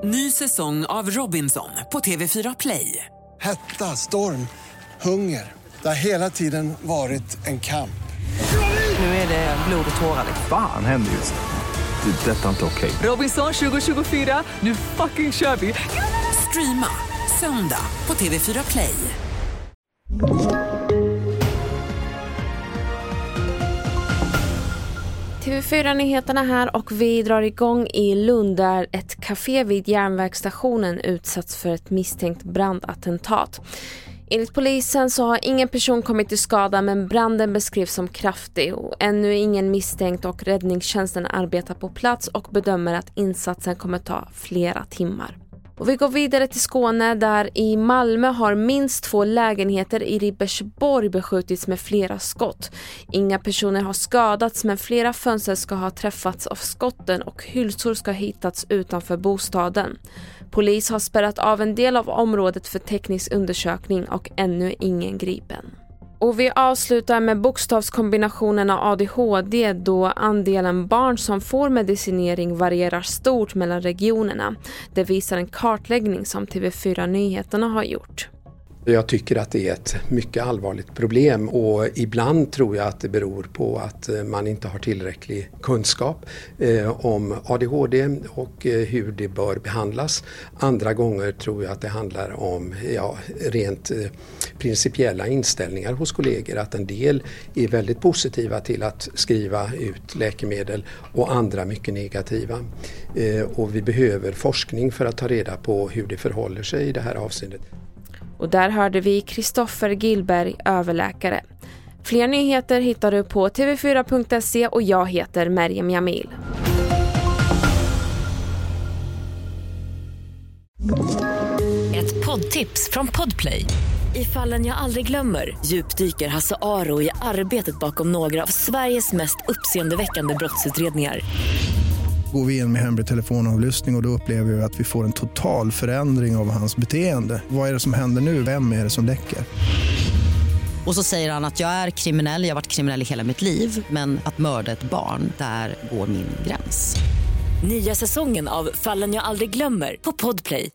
Ny säsong av Robinson på TV4 Play. Hetta, storm, hunger. Det har hela tiden varit en kamp. Nu är det blod och tårar. Fan händer just nu. Det. Detta är inte okej. Robinson 2024, nu fucking kör vi. Streama söndag på TV4 Play. TV4-nyheterna här och vi drar igång i Lund där ett café vid järnvägsstationen utsatts för ett misstänkt brandattentat. Enligt polisen så har ingen person kommit till skada men branden beskrivs som kraftig och ännu ingen misstänkt och räddningstjänsten arbetar på plats och bedömer att insatsen kommer ta flera timmar. Och vi går vidare till Skåne där i Malmö har minst 2 lägenheter i Ribersborg beskjutits med flera skott. Inga personer har skadats men flera fönster ska ha träffats av skotten och hylsor ska ha hittats utanför bostaden. Polis har spärrat av en del av området för teknisk undersökning och ännu ingen gripen. Och vi avslutar med bokstavskombinationerna ADHD då andelen barn som får medicinering varierar stort mellan regionerna. Det visar en kartläggning som TV4 Nyheterna har gjort. Jag tycker att det är ett mycket allvarligt problem och ibland tror jag att det beror på att man inte har tillräcklig kunskap om ADHD och hur det bör behandlas. Andra gånger tror jag att det handlar om rent principiella inställningar hos kollegor, att en del är väldigt positiva till att skriva ut läkemedel och andra mycket negativa. Och vi behöver forskning för att ta reda på hur det förhåller sig i det här avseendet. Och där hörde vi Kristoffer Gillberg, överläkare. Fler nyheter hittar du på tv4.se och jag heter Merjem Jamil. Ett poddtips från Podplay. I Fallen jag aldrig glömmer djupdyker Hasse Aro i arbetet bakom några av Sveriges mest uppseendeväckande brottsutredningar. Går vi in med hemlig telefonavlyssning och då upplever vi att vi får en total förändring av hans beteende. Vad är det som händer nu? Vem är det som läcker? Och så säger han att jag är kriminell, jag har varit kriminell i hela mitt liv. Men att mörda ett barn, där går min gräns. Nya säsongen av Fallen jag aldrig glömmer på Podplay.